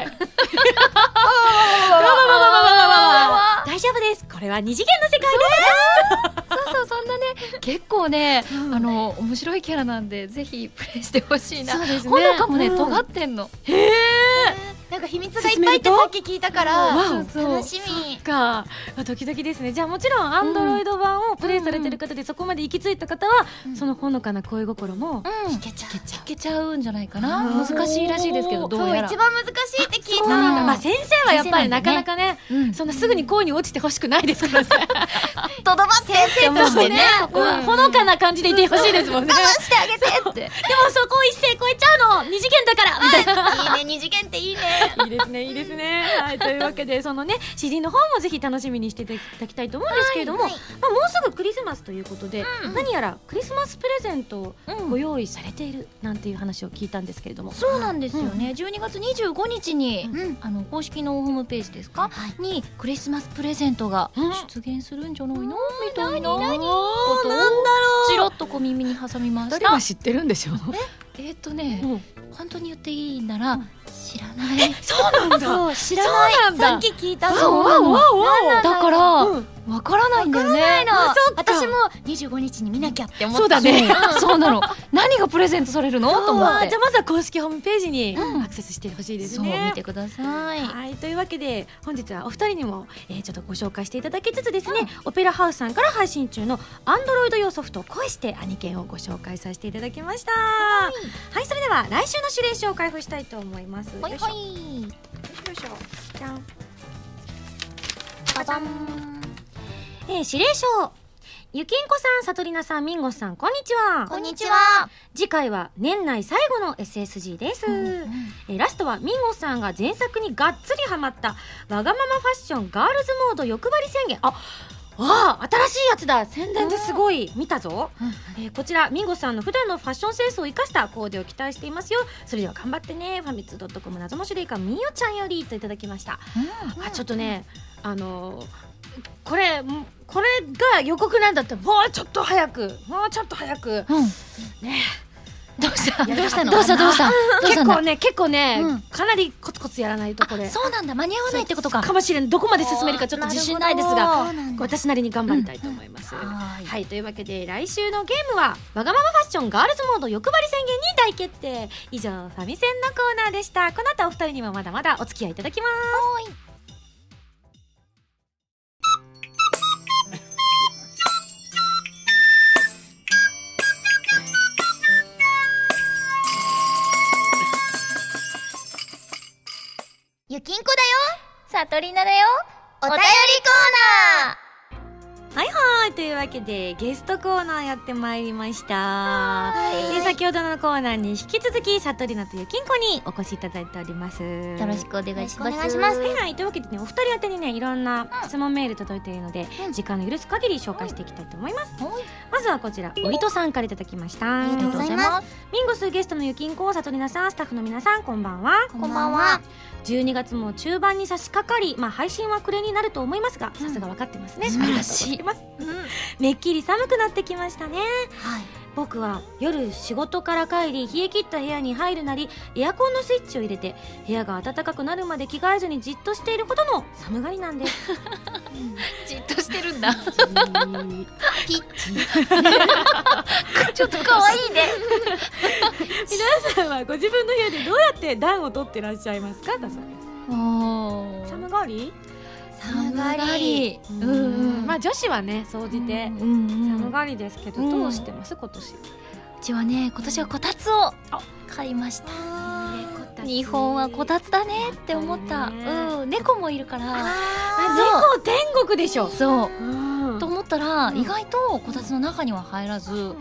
大丈夫です。これは二次元の世界です。 そうそうそんなね結構ねあの面白いキャラなんでぜひプレイしてほしいな。 そうですね。 ほのかもね尖ってんの。 へえ。 なんか秘密がいっぱいってさっき聞いたから楽しみか。ドキドキですね。じゃあもちろんアンドロイド版をプレイされてる方でそこまで行き着いた方はそのほのかな恋心も聞けちゃう聞けちゃうんじゃないかな。難しいらしいですけどどうやら。 そう一番難しいって聞いた。 まあ先生はやっぱりなかなかねそんなすぐに恋に落ちてほしくないですからさ。 とどまって先生としてねほのかな感じでいてほしいですもんね。 我慢してあげてって。 でもそこ一線超えちゃうの二次元だからみたいな。 いいね二次元っていいね。 いいですねいいですね。はいというわけでそのね シーディー の方もぜひ楽しみにしていただきたいと思うんですけれども、まあもうすぐクリスマスということで何やらクリスマスプレゼントをご用意されているなんていう話を聞いたんですけれども。 そうなんですよね。じゅうにがつにじゅうごにちにあの公式のホームページですかにクリスマスプレゼントが出現するんじゃないのみたいなことをチロッと小耳に挟みました。 誰が知ってるんでしょう。 えっとね本当に言っていいなら知らない。 そうなんだ。 そう知らない。さっき聞いたの。 だからわからないんだよね。 私もにじゅうごにちに見なきゃって思った。 そうだね。 そうなの。何がプレゼントされるのと思って。 じゃあまずは公式ホームページにアクセスしてほしいですね。 そう見てください。 はいというわけで本日はお二人にもちょっとご紹介していただきつつですね、オペラハウスさんから配信中のアンドロイド用ソフト恋してアニケンをご紹介させていただきました。はいそれでは来週の指令書を開封したいと思います。 はいはい。 よいしょじゃん。 ババン。 えー、指令書ゆきんこさん、さとりなさん、みんごさん、こんにちは。 こんにちは。 次回は年内最後の エスエスジー です、うんうん、えー、ラストはみんごさんが前作にがっつりハマったわがままファッションガールズモード欲張り宣言。あわあ新しいやつだ。宣伝ですごい見たぞ、うんえー、こちらミンゴさんの普段のファッションセンスを生かしたコーデを期待していますよ。それでは頑張ってね。ファミツー .com 謎の司令官みよちゃんよりといただきました、うん、あちょっとねあのー、これこれが予告なんだったらもうちょっと早くもうちょっと早く、うん、ねどうしたどうしたのどうしたどうした結構ね結構ね、うん、かなりコツコツやらないとこれそうなんだ間に合わないってことかかもしれん。どこまで進めるかちょっと自信ないですが私なりに頑張りたいと思います、うん、はいはいというわけで来週のゲームはわがままファッションガールズモード欲張り宣言に大決定。以上ファミセンのコーナーでした。この後お二人にもまだまだお付き合いいただきます。 ゆきんこだよさとりなだよお便りコーナー。 はいはいというわけでゲストコーナーやってまいりました。で先ほどのコーナーに引き続きさとりなとゆきんこにお越しいただいております。 よろしくお願いします。 お願いします。 はいはいというわけでねお二人宛てにねいろんな質問メール届いているので、うん、時間の許す限り紹介していきたいと思います、うん、まずはこちらおりとさんからいただきました。 ありがとうございます。 ミンゴスゲストのゆきんこさとりなさんスタッフの皆さんこんばんは。 こんばんは。 じゅうにがつも中盤に差し掛かり、まあ、配信は暮れになると思いますがさすが分かってますね、 うん、素晴らしい。 めっきり寒くなってきましたね、 はい、 僕は夜仕事から帰り冷え切った部屋に入るなりエアコンのスイッチを入れて部屋が暖かくなるまで着替えずにじっとしているほどの寒がりなんですじっとしてるんだピッチちょっと可愛いね皆さんはご自分の部屋でどうやって暖を取ってらっしゃいますか。だそうです。寒がり寒がり、 うんうん、まあ女子はね総じて寒がりですけど、うん、どうしてます今年。うちはね今年はこたつを買いました。日本はこたつだねって思った、ねうん、猫もいるから猫天国でしょ。 そう、うん、と思ったら、うん、意外とこたつの中には入らず、うん、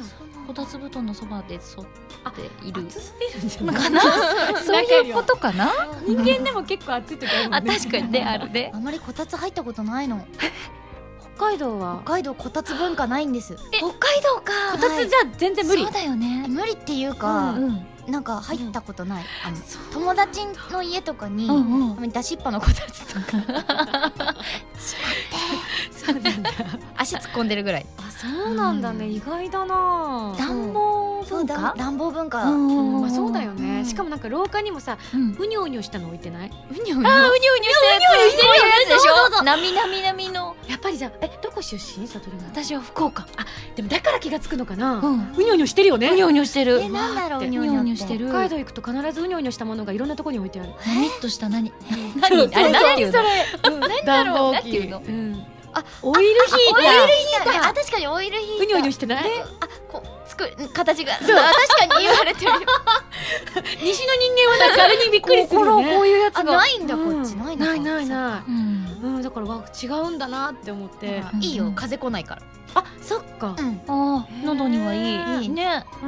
こたつ布団のそばでそっている暑すぎるんじゃないかなそういうことかな。 人間でも結構暑い時あるもんね。 あ、確かにね、あるね。 あまりこたつ入ったことないの。 北海道は北海道こたつ文化ないんです。 北海道か。 こたつじゃ全然無理。 そうだよね。 無理っていうか、なんか入ったことない。あの友達の家とかに出しっぱのこたつとかそうなんだ。 足突っ込んでるぐらい。 あ、そうなんだね。意外だな。 暖房文化。 暖房文化。 まあそうだよね。しかもなんか廊下にもさ、うにょうにょしたの置いてない？ うにょうにょ。 あ、うにょうにょしてるやつしてるやつでしょ。なみなみなみの。 やっぱりじゃえ、どこ出身？さとりは。 私は福岡。 あ、でもだから気がつくのかな。うにょうにょしてるよね。 うにょうにょしてる。 え、なんだろう、うにょうにょしてる。 北海道行くと必ずうにょうにょしたものがいろんなところに置いてある。 何とした何？何？あれ何ていうの？ 何だろう？何ていうの？あ、オイルヒーター。 オイルヒーター。あ、確かにオイルヒーター。 うにょうにょしてない？ あ、こうつく形が。そう、確かに言われてるよ。 西の人間はなんかあれにびっくりするよね。 こういうやつがないんだ、こっちないないないない。 うん、 だからわ違うんだなって思って。 いいよ、風来ないから。 あ、そっか。 あ、喉にはいい。いいね。 うん。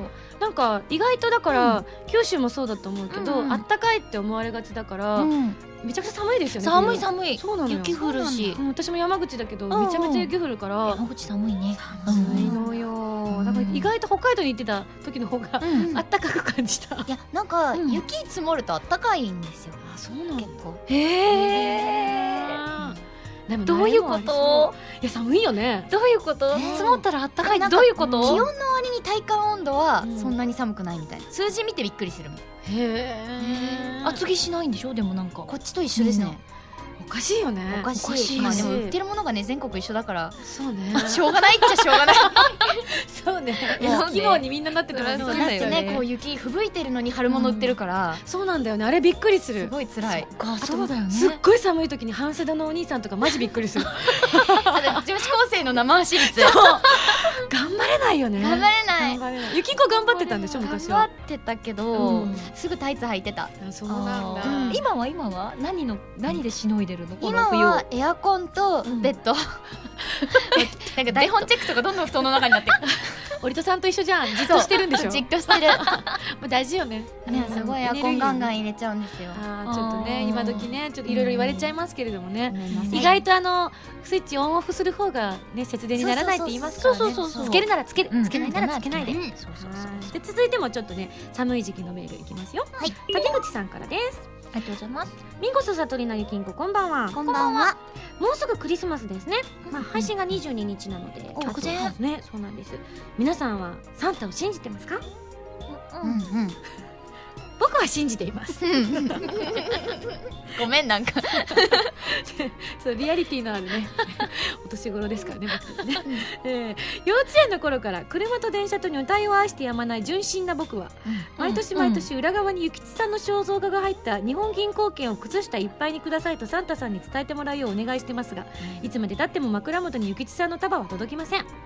なんか意外とだから九州もそうだと思うけど、あったかいって思われがちだからめちゃくちゃ寒いですよね。 寒い寒い。 そうなのよ。 雪降るし、 私も山口だけどめちゃめちゃ雪降るから。 山口寒いね。 寒いのよ。だから意外と北海道に行ってた時の方があったかく感じた。 いや、なんか雪積もるとあったかいんですよ。 あ、そうなんだ。結構。 へえ。どういうこと？ いや、寒いよね。 どういうこと？積もったらあったかいってどういうこと？ 気温の割に体感温度はそんなに寒くないみたいな。数字見てびっくりするもん。へえ。厚着しないんでしょ？でもなんかこっちと一緒ですね。 おかしいよね。 おかしい。まあでも売ってるものがね、全国一緒だから。 そうね。 しょうがないっちゃしょうがない。 そうね。規模にみんななってたらそうだってね、こう雪吹雪いてるのに春物売ってるから。 そうなんだよね。あれびっくりする。 すごい辛い。 そうだよね。 すっごい寒い時に半袖のお兄さんとかマジびっくりする。 女子高生の生走率。 頑張れないよね。 頑張れない。 ゆきこ頑張ってたんでしょ昔は。 頑張ってたけど、すぐタイツ履いてた。 そうなんだ。 今は今は何の何でしのいでるの？ 今はエアコンとベッド。なんか台本チェックとかどんどん布団の中になってる。 折戸さんと一緒じゃん。じっとしてるんでしょ。 じっとしてる。 大事よね。 ね、すごいエアコンガンガン入れちゃうんですよ。 あ、ちょっとね、今時ね、ちょっといろいろ言われちゃいますけれどもね。意外とあのスイッチオンオフする方がね、節電にならないって言いますからね。つけるならつける、つけないならつけないで。で、続いてもちょっとね、寒い時期のメールいきますよ。はい。竹口さんからです。 ありがとうございます。 ミンゴス、さとりな、ゆきんこ、こんばんは。 こんばんは。 もうすぐクリスマスですね。まあ配信がにじゅうににちなので、 直前ね、そうなんです。皆さんはサンタを信じてますか？ うんうん。 僕は信じています。 ごめん、なんかそうリアリティのあるねお年頃ですからね、僕たちね、えー、幼稚園の頃から車と電車と女体を愛してやまない純真な僕は、うん、毎年毎年裏側に諭吉さんの肖像画が入った日本銀行券を靴下いっぱいにくださいとサンタさんに伝えてもらうようお願いしてますが、うん、いつまでたっても枕元に諭吉さんの束は届きません。うん、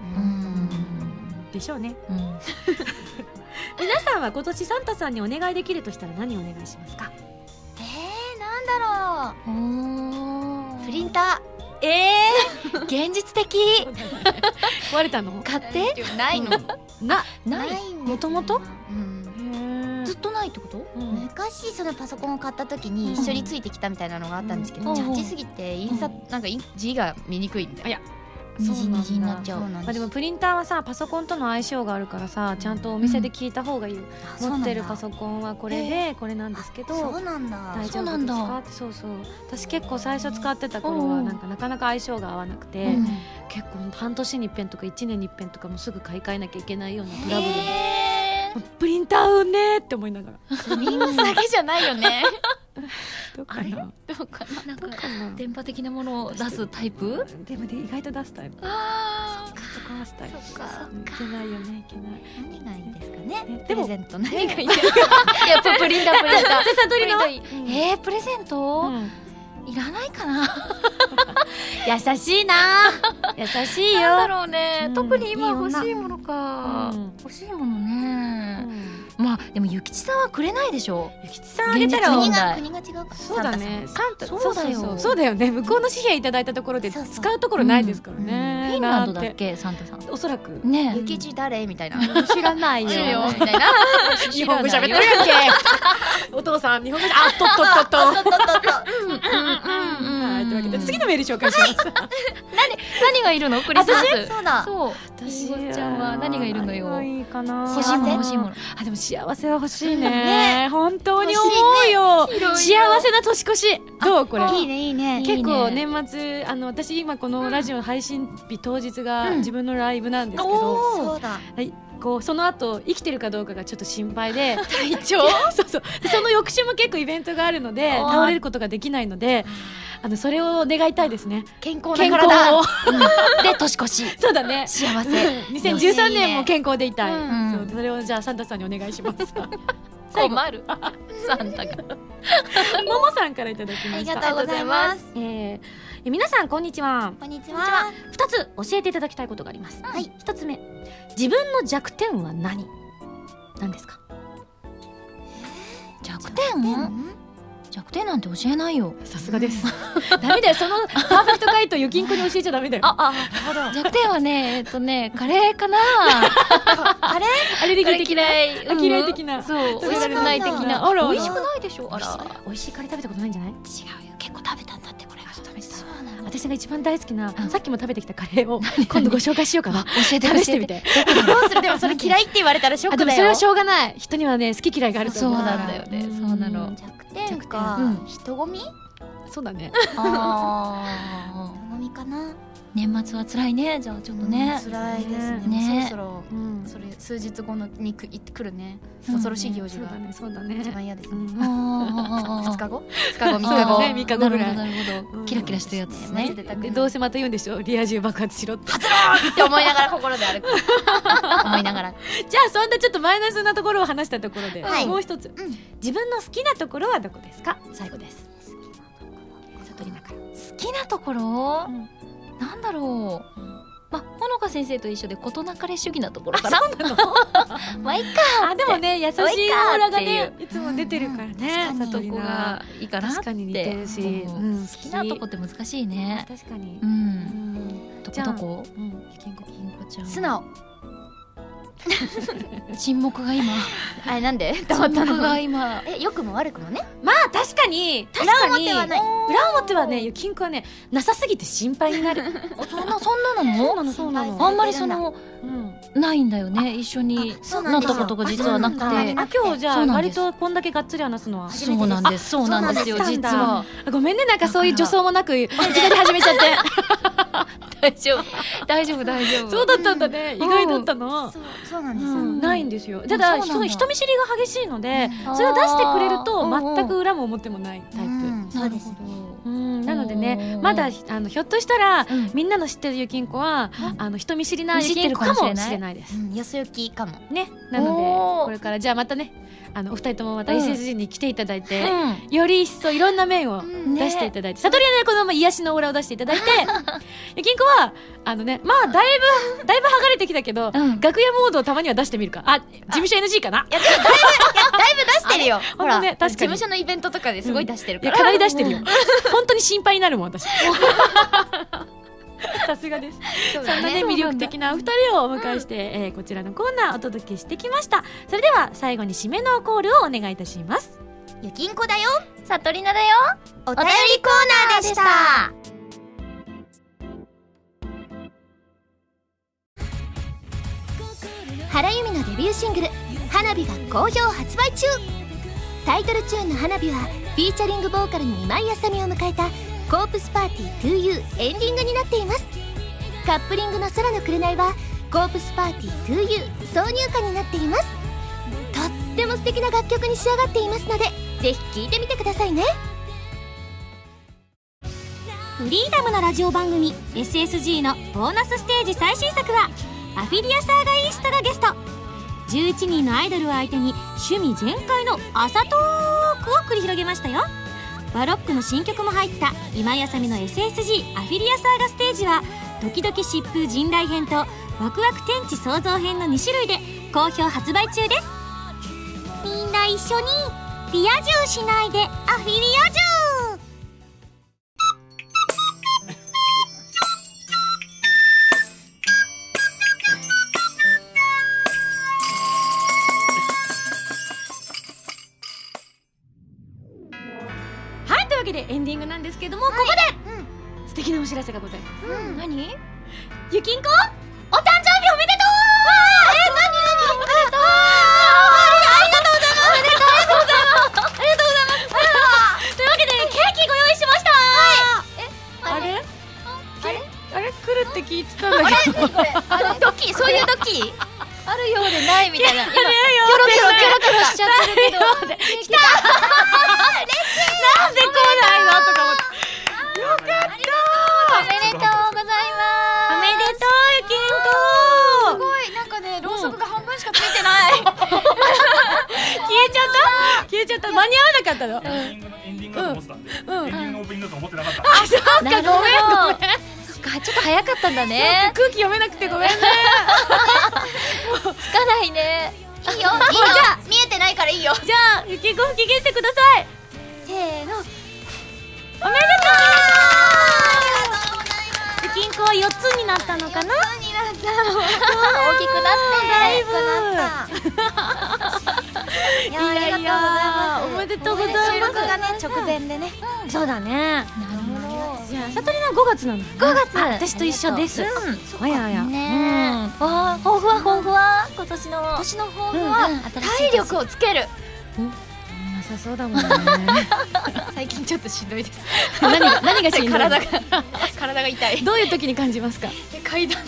でしょうね、うん、皆さんは今年サンタさんにお願いできるとしたら何をお願いしますか？ えー、なんだろう。プリンター。 えー、現実的。 壊れたの？ 買ってないの。 な、 ないもともとずっとないってこと？ 昔そのパソコンを買った時に一緒についてきたみたいなのがあったんですけど、チャッチすぎて印刷なんか字が見にくいみたいな。 にじにじになっちゃう。 まあでもプリンターはさ、パソコンとの相性があるからさ、ちゃんとお店で聞いた方がいいよ。持ってるパソコンはこれでこれなんですけど、 そうなんだ、 大丈夫ですかって。そうそう、私結構最初使ってた頃はなんかなかなか相性が合わなくて、結構半年に一遍とかいちねんに一遍とかもすぐ買い替えなきゃいけないようなトラブルに、プリンター運ねって思いながら。 ミンゴスだけじゃないよね。 どうかな、 どうかな、なんか電波的なものを出すタイプ？ でも意外と出すタイプ。 ああ、 そっか、スタイル。 そっか、 いけないよね、いけない。 何がいいんですかね。 でもプレゼント何がいいんですか。 やっぱプリンター、プリンター。 じゃあ、どれの？ えー、プレゼント？いらないかな。 優しいな。優しいよ。 なんだろうね。特に今欲しいものか。欲しいものね。まあでも諭吉さんはくれないでしょ。 諭吉さんあげたら国が国が違うから。 そうだね。サンタ、 そうだよ。 そうだよね。向こうの紙幣いただいたところで使うところないですからね。 いなって。 フィンランドだっけサンタさん。 おそらくねゆきち誰みたいな知らないよいいよみたいな日本語喋ってるやんけお父さん日本語あっとっとっとっととっとっとっとはいというわけで次のメール紹介します何がいるのクリスマス。 そうだそう私みごちゃんは何がいるのよ。 何がいいかな。 欲しいもの欲しいもの。 あでも幸せは欲しいね本当に思うよ幸せな年越しどうこれいいねいいね結構年末あの私今このラジオ配信日当日が自分のライブなんですけど、 そうだはいこうその後生きてるかどうかがちょっと心配で体調。 そうそうでその翌週も結構イベントがあるので倒れることができないのであのそれを願いたいですね。 健康健な康体をで年越し。 そうだね幸せにせんじゅうさんねんも健康でいたい、 うんそうそれをじゃあサンタさんにお願いします困る。サンタが。 ももさんからいただきました。 ありがとうございますえーえ皆さんこんにちは。 こんにちはふたつ教えていただきたいことがあります。 はいひとつめ自分の弱点は何何ですか。 弱点？弱点なんて教えないよ。 さすがですダメだよそのパーフェクト回答ゆきんこに教えちゃダメだよ。 ああ弱点はねえっとねカレーかな。 あれアレルギー的な嫌いあ嫌い的なそう美味しくない的な。 あらあら美味しくないでしょ。あら美味しいカレー食べたことないんじゃない。 違うよ結構食べたんだってこれが。 食べてたそうなの。 私が一番大好きな、 うんさっきも食べてきたカレーを今度ご紹介しようかな。 教えて試してみて。 どうするでもそれ嫌いって言われたらショッあでクだよもそれはしょうがない人にはね好き嫌いがあるとそう思う。 なんだよね。そうなの。 弱点かうん人混みそうだね。 あ人混みかな年末は辛いね。じゃあちょっとね。 辛いですねねもうそろそろうんそれ数日後のにくい来るねそうね恐ろしい行事がそうだねそうだね。 一番嫌ですねうんあふつかごふつかごみっそうかごねみっかごぐらいなるほどなるほど。キラキラしたやつですね。 でどうせまた言うんでしょリア充爆発しろって。 って思いながら心で歩く思いながらじゃあそんなちょっとマイナスなところを話したところで、 はいもう一つ、 うん自分の好きなところはどこですか。最後です。悟りながら。 好きなところうんなんだろう。まあほのか先生と一緒で事なかれ主義なところかあな。 そうなのまあいいか。 あでもね優しいオーラがねいつも出てるからね。 そこ悟りながいいかなって。 確かに似てるしうんうん好きなとこって難しいね。 確かにう。。 うんんどじゃあこどこ？ うんゆきんこ銀子ちゃん。 素直沈黙が今。 あれなんで黙った沈黙がの今。 え良くも悪くもねまあ確かに確かに裏表はない裏表はねゆきんこはねなさすぎて心配になる。 あそんなそんななの？ そうなのそうなの。 あんまりそのうんないんだよね。一緒にそうななんっですよたことが実はなくて。 うんあ今日じゃあ割そうなんですとこんだけがっつり話すのは初めてですそうなんです。そうなんですよ。 そうなんだ実はごめんねなんかそういう女装もなくいきなり始めちゃって大丈夫大丈夫大丈夫。 そうだったんだね意外だったのそうそうなんうですよんないんですよたあだそうなんだ人人見知りが激しいのでうんそれを出してくれるとあー全く裏も表もないタイプうんそうですねうんなのでうねんまだあのひょっとしたらうんみんなの知ってるゆきんこはあの人見知りなゆきんこかもしれないですうんよそよきかもねなのでおーこれからじゃあまたねあのお二人ともまたうんエスエスジー に来ていただいてうんより一層いろんな面をうん出していただいて、悟りはねこのまま癒しのオーラを出していただいてゆきんこはあのねまあだいぶだいぶ剥がれてきたけど、 うん楽屋モードをたまには出してみるかあ事務所 エヌジー かないやでもだいぶいやだいぶ出してるよほらほんとね確かに事務所のイベントとかですごい出してるいやからかなり出してるよ本当に心配になるもん私さすがですそうそんなね魅力的なお二人をお迎えして、えーこちらのコーナーお届けしてきましたそれでは最後に締めのコールをお願いいたしますゆきんこだよさとりなだよ。 お便りコーナーでした原由美のデビューシングル「花火」が好評発売中タイトルチューンの「花火」はフィーチャリングボーカルに今井あさみを迎えた「コープスパーティー トゥーユー」エンディングになっていますカップリングの「空の紅」は「コープスパーティー トゥーユー」挿入歌になっていますとっても素敵な楽曲に仕上がっていますのでぜひ聴いてみてくださいねフリーダムなラジオ番組 エスエスジー のボーナスステージ最新作はアフィリアサーガイーストがゲストじゅういちにんのアイドルを相手に趣味全開の朝トークを繰り広げましたよバロックの新曲も入った今井あさみの エスエスジー アフィリアサーガステージはドキドキ疾風陣雷編とワクワク天地創造編のに種類で好評発売中ですみんな一緒にリア充しないでアフィリア充素敵なお知らせがございます。 うん、何？ ゆきんこお誕生日おめでとう。え、なになにおめでとう。ありがとうございます。ありがとうございます。ありがとうございます。 というわけでケーキご用意しました。 はい。え、 あれあれあれ来るって聞いてたんだけど、 これあれドッキリ、そういうドッキリあるようでないみたいな。今キョロキキョロキョロキョロしちゃってるけど。 来た。なんで来ないのとか思って。よかった。 おめでとうございます。 おめでとうゆきんこ。 すごい、なんかね、ろうそくが半分しかついてない。 消えちゃった消えちゃった。間に合わなかったの。 エンディングのエンディングだと思ってたんで、エンディングのオープニングだと思ってなかった。 あ、そうか、ごめんごめん。 そっか、ちょっと早かったんだね。 空気読めなくてごめんね。 つかないね。いいよ、いいよ。 じゃあ見えてないからいいよ。 じゃあゆきんこ吹き消してください。 せーの。 おめでとう。ゆきんこはよっつになったのかな。 大きくなって大きくなった。いや、ありがとうございます。 おめでとうございます。 収録がね、直前でね。 そうだね。 なるほど。 じゃあさとりなごがつなの。 ごがつ。 私と一緒です。あやあや。 ねえ。わあ、抱負は抱負は今年の。今年の抱負は体力をつける。 なさそうだもんね。 最近ちょっとしんどいです。 何が何がしんどい？ 体が体が痛い。 どういう時に感じますか？ 階段。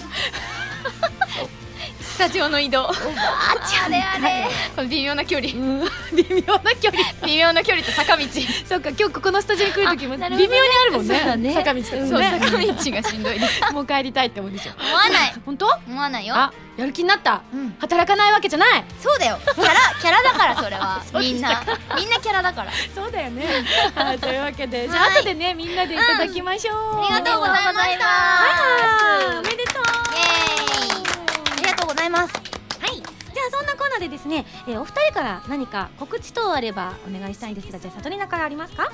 スタジオの移動。あれあれ。この微妙な距離。微妙な距離。 微妙な距離と坂道。 そっか、今日ここのスタジオに来る時も微妙にあるもんね。坂道とかね。 そう、坂道がしんどいです。 もう帰りたいって思うんでしょ。 思わない。 本当？ 思わないよ。 あ、やる気になった。働かないわけじゃない。 そうだよ。キャラキャラだからそれは。みんなみんなキャラだから。 そうだよね。はい、というわけで、じゃあ後でねみんなでいただきましょう。 ありがとうございました。 おめでとう。 イエーイ。ありがとうございます。 じゃあそんなコーナーでですね、えー、お二人から何か告知等あればお願いしたいんですが、じゃあさとりなからありますか？ はい、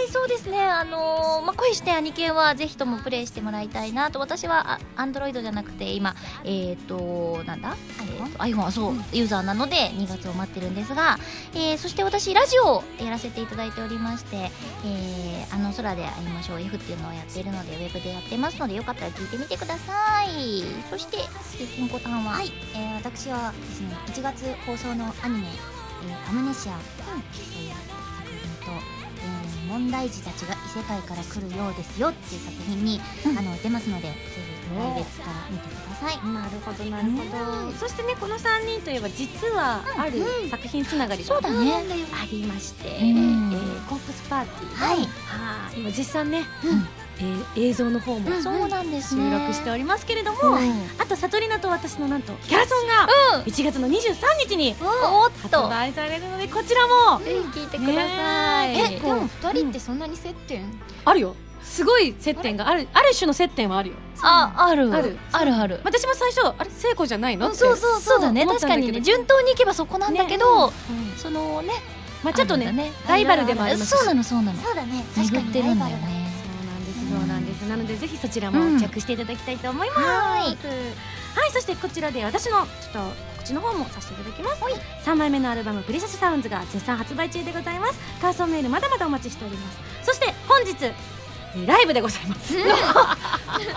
そうですね。あのー、まあ、恋してアニケンはぜひともプレイしてもらいたいなと。私はアンドロイドじゃなくて今えっ、ー、となんだ iPhone はそう、うん、ユーザーなのでにがつを待ってるんですが、えー、そして私ラジオをやらせていただいておりまして、えー、あの空で会いましょう F っていうのをやっているのでウェブでやってますのでよかったら聞いてみてください。そしてゆきんこたんは、 はい、えー、私はですねいちがつ放送のアニメ「えー、アムネシア」という作品と、えー、問題児たちが異世界から来るようですよっていう作品に、うん、あの出ますのでぜひ来月から見てください。 なるほどなるほど。そしてねこのさんにんといえば実はある作品つながりが、 そうだね、 ありまして、 うん、 えー、コープスパーティー、 はい、 は今実際ね、うんえー、映像の方もそうなんですね、 収録しておりますけれども、うん、あとさとりなと私のなんとキャラソンがいちがつのにじゅうさんにちに発売されるのでこちらもぜひ聞いてください。 え、でもふたりってそんなに接点あるよ。すごい接点がある、ある種の接点はあるよ。 あ、あるあるあるある。 私も最初あれ聖子じゃないのって、 そうそうそうだね、確かにね順当にいけばそこなんだけど、そのねまあちょっとねライバルでもありますし、 そうなのそうなの、 そうだね、確かに巡ってるんだよね。 そうなんです。なのでぜひそちらもチェックしていただきたいと思います。うん、はい、はい、そしてこちらで私のちょっと告知の方もさせていただきます。さんまいめのアルバム「プレシャスサウンズ」が絶賛発売中でございます。感想メールまだまだお待ちしております。そして本日ライブでございます。今日ノア頑張る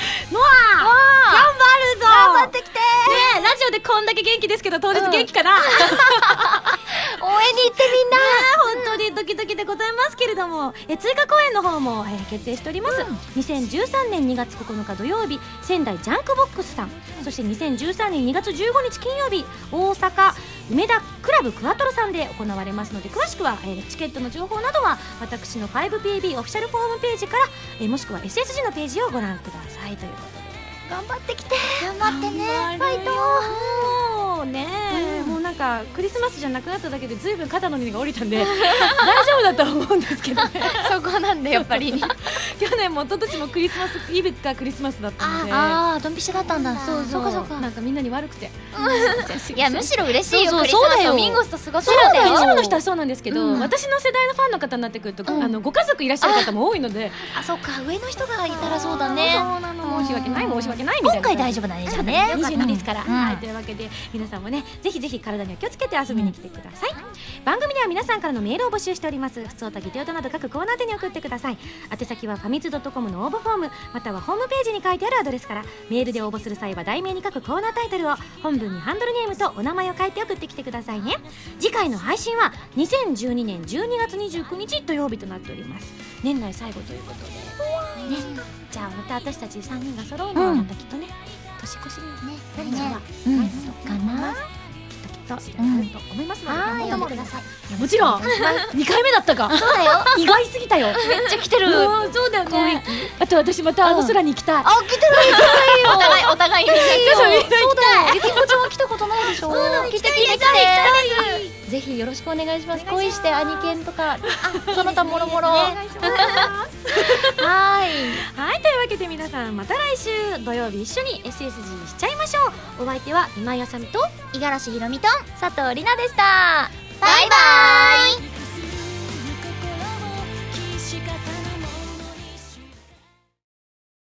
ぞ。 頑張ってきて。 ねえラジオでこんだけ元気ですけど当日元気かな。 応援に行ってみんな。 本当にドキドキでございますけれども、え追加公演の方も、えー、決定しております、うん、にせんじゅうさんねんにがつここのか土曜日仙台ジャンクボックスさん、うん、そしてにせんじゅうさんねんにがつじゅうごにち金曜日大阪梅田クラブクワトロさんで行われますので詳しくは、えー、チケットの情報などは私の ファイブピービー オフィシャルホームページから、えー、もしくは エスエスジー のページをご覧くださいということで頑張ってきて。 頑張ってね。 ファイト。 もうね、うん、もうなんかクリスマスじゃなくなっただけでずいぶん肩の荷が下りたんで大丈夫だと思うんですけどね。 そこなんでやっぱり去年も一昨年もクリスマスイブかクリスマスだったので、 ああドンピシャだったんだ。 そうそう、そかなんかみんなに悪くて、 いやむしろ嬉しいよ。 そうそうだよ。ミンゴスと過ごせるんだよ。 一部の人はそうなんですけど、私の世代のファンの方になってくるとあのご家族いらっしゃる方も多いので、 あそうか上の人がいたらそうだね。 そうなの、申し訳ない申し訳ないみたいな。 今回大丈夫なんですよね。 にじゅうにですから。はい、というわけで皆さんもねぜひぜひ体にには気をつけて遊びに来てください、うん、番組では皆さんからのメールを募集しております。ふつおたぎておたなど各コーナー宛てに送ってください。宛先はファミツー .com の応募フォームまたはホームページに書いてあるアドレスから。メールで応募する際は題名に書くコーナータイトルを、本文にハンドルネームとお名前を書いて送ってきてくださいね。次回の配信はにせんじゅうにねんじゅうにがつにじゅうくにち土曜日となっております。年内最後ということで、ね、じゃあまた私たちさんにんが揃うのはまたきっとね、年越しにねなるのはないとかな、きっときっとあると思いますので、 はい、読んでください。 もちろんにかいめだったか。 そうだよ。 意外すぎたよ。めっちゃ来てる。そうだよね。あと私またあの空に行きたい。あ、来てる。 お互いお互いに。 そうだよ。ゆきこちゃんは来たことないでしょ。 来て来て来て。ぜひよろしくお願いします。恋して兄犬とかその他もろもろ。はいはいというわけで皆さんまた来週土曜日一緒に エスエスジー しちゃいましょう。お相手は今井あさみと五十嵐ひろみと佐藤里奈でした。 バイバイ。